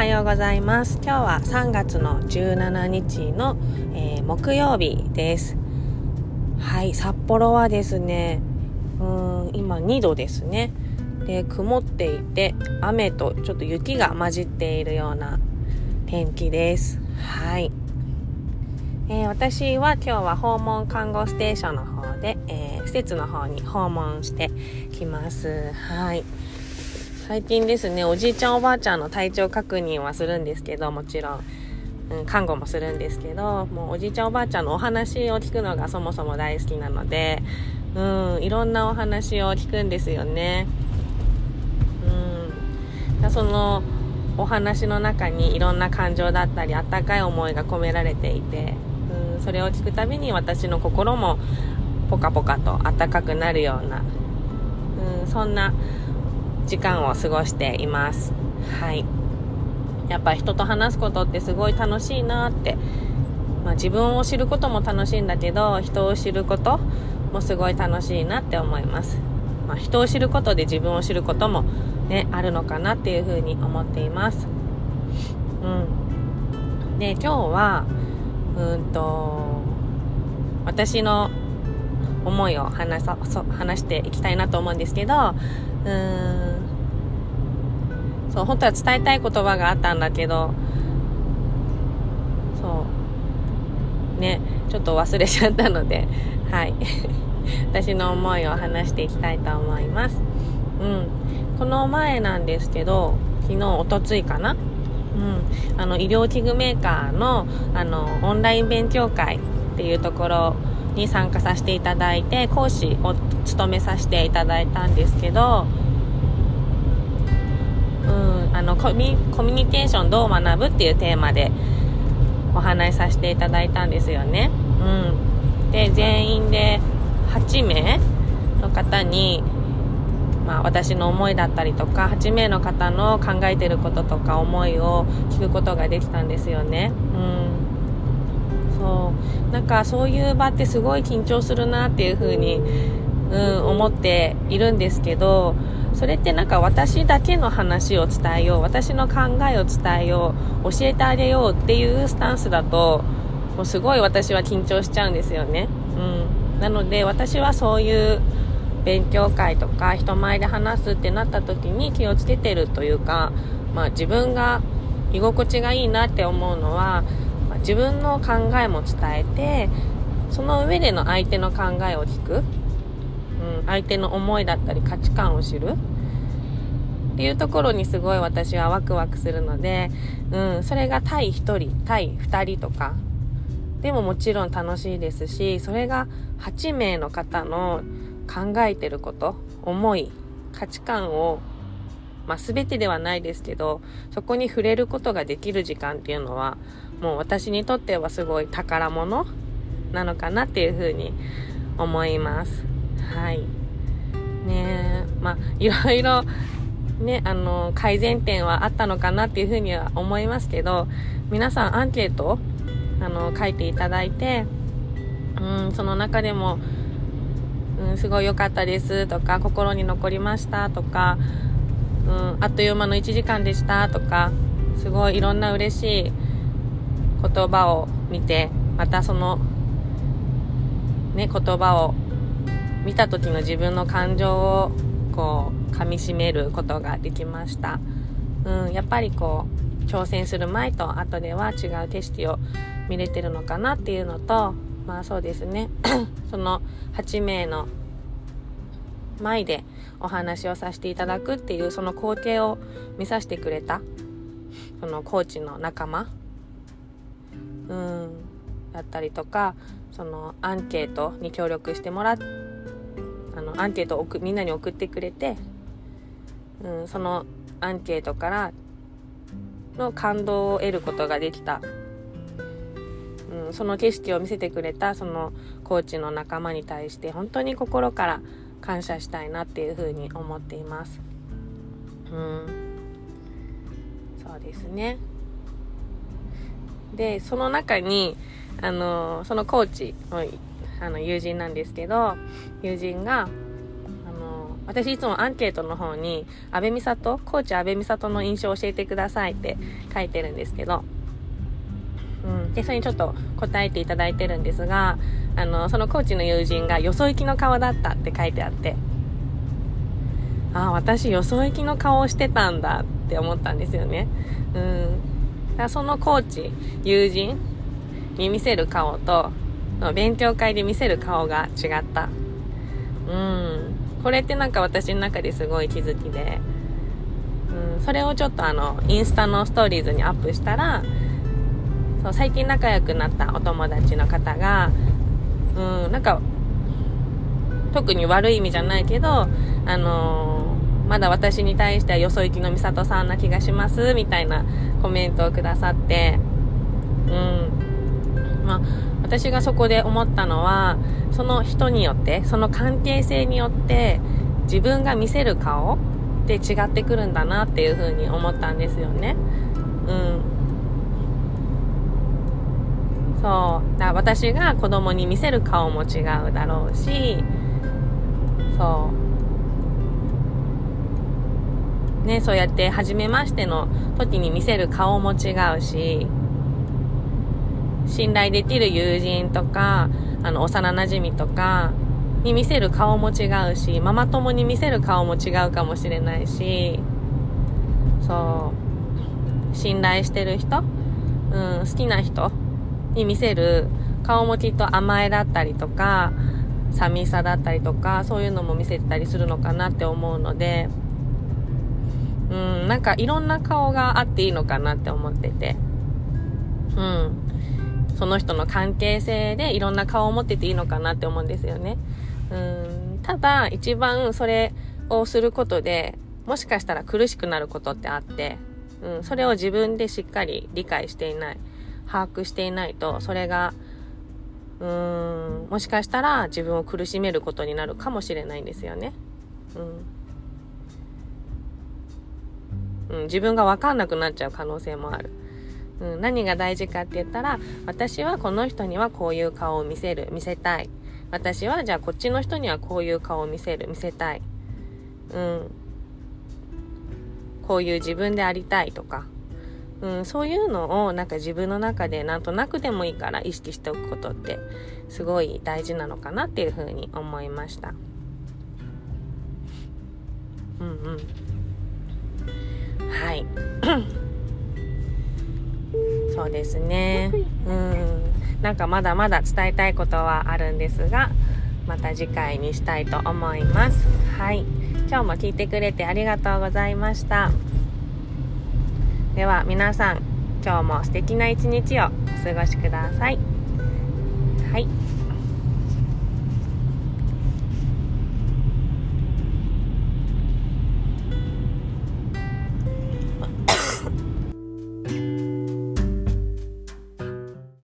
ようございます。今日は3月の17日の、木曜日です。はい、札幌はですね、今2度ですね。で、曇っていて雨とちょっと雪が混じっているような天気です。はい。私は今日は訪問看護ステーションの方で、施設の方に訪問してきます。はい。最近ですね、おじいちゃんおばあちゃんの体調確認はするんですけど、もちろん、看護もするんですけど、もうおじいちゃんおばあちゃんのお話を聞くのがそもそも大好きなので、いろんなお話を聞くんですよね。そのお話の中にいろんな感情だったり温かい思いが込められていて、それを聞くたびに私の心もポカポカと温かくなるような、そんな時間を過ごしています。はい。やっぱ人と話すことってすごい楽しいなって、自分を知ることも楽しいんだけど、人を知ることもすごい楽しいなって思います。人を知ることで自分を知ることもね、あるのかなっていうふうに思っています。で、今日は私の思いを話していきたいなと思うんですけど、本当は伝えたい言葉があったんだけど、ちょっと忘れちゃったので、はい私の思いを話していきたいと思います。この前なんですけど、昨日おとついかな、医療器具メーカーのオンライン勉強会っていうところに参加させていただいて、講師を務めさせていただいたんですけど、コミュニケーションどう学ぶっていうテーマでお話しさせていただいたんですよね。で、全員で8名の方に、私の思いだったりとか、8名の方の考えてることとか思いを聞くことができたんですよね。なんかそういう場ってすごい緊張するなっていう風に、思っているんですけど、それってなんか私だけの話を伝えよう、私の考えを伝えよう、教えてあげようっていうスタンスだと、もうすごい私は緊張しちゃうんですよね。なので私はそういう勉強会とか人前で話すってなった時に気をつけてるというか、自分が居心地がいいなって思うのは、自分の考えも伝えて、その上での相手の考えを聞く、相手の思いだったり価値観を知るっていうところにすごい私はワクワクするので、それが対1人対2人とかでももちろん楽しいですし、それが8名の方の考えてること、思い、価値観を、全てではないですけど、そこに触れることができる時間っていうのは、もう私にとってはすごい宝物なのかなっていうふうに思います。はい。いろいろね、改善点はあったのかなっていうふうには思いますけど、皆さんアンケート書いていただいて、その中でも、すごい良かったですとか、心に残りましたとか、あっという間の1時間でしたとか、すごいいろんな嬉しい言葉を見て、またその言葉を見た時の自分の感情を噛み締めることができました。やっぱり挑戦する前と後では違う景色を見れてるのかなっていうのと、そうですねその8名の前でお話をさせていただくっていうその光景を見させてくれたそのコーチの仲間だったりとか、そのアンケートに協力してもらっアンケートをみんなに送ってくれて、そのアンケートからの感動を得ることができた、その景色を見せてくれたそのコーチの仲間に対して本当に心から感謝したいなっていうふうに思っています。そうですね。で、その中にそのコーチの友人なんですけど、友人が私いつもアンケートの方にコーチ阿部美里の印象を教えてくださいって書いてるんですけど、でそれにちょっと答えていただいてるんですが、そのコーチの友人がよそ行きの顔だったって書いてあって、私よそ行きの顔をしてたんだって思ったんですよね。だからそのコーチ友人に見せる顔と勉強会で見せる顔が違った。これってなんか私の中ですごい気づきで、それをちょっとインスタのストーリーズにアップしたら、最近仲良くなったお友達の方が、なんか特に悪い意味じゃないけど、まだ私に対してはよそ行きの美里さんな気がしますみたいなコメントをくださって、私がそこで思ったのは、その人によって、その関係性によって自分が見せる顔って違ってくるんだなっていう風に思ったんですよね。そうだから私が子供に見せる顔も違うだろうし、そうやって初めましての時に見せる顔も違うし、信頼できる友人とか幼馴染とかに見せる顔も違うし、ママ友に見せる顔も違うかもしれないし、信頼してる人、好きな人に見せる顔もきっと甘えだったりとか寂しさだったりとか、そういうのも見せてたりするのかなって思うので、なんかいろんな顔があっていいのかなって思ってて、その人の関係性でいろんな顔を持ってていいのかなって思うんですよね。ただ一番それをすることでもしかしたら苦しくなることってあって、それを自分でしっかり理解していない、把握していないと、それがもしかしたら自分を苦しめることになるかもしれないんですよね。自分が分かんなくなっちゃう可能性もある。何が大事かって言ったら、私はこの人にはこういう顔を見せたい。私はじゃあこっちの人にはこういう顔を見せたい。こういう自分でありたいとか、そういうのをなんか自分の中でなんとなくでもいいから意識しておくことってすごい大事なのかなっていうふうに思いました。はいそうですね。なんかまだまだ伝えたいことはあるんですが、また次回にしたいと思います。はい、今日も聞いてくれてありがとうございました。では皆さん、今日も素敵な一日をお過ごしください。はい。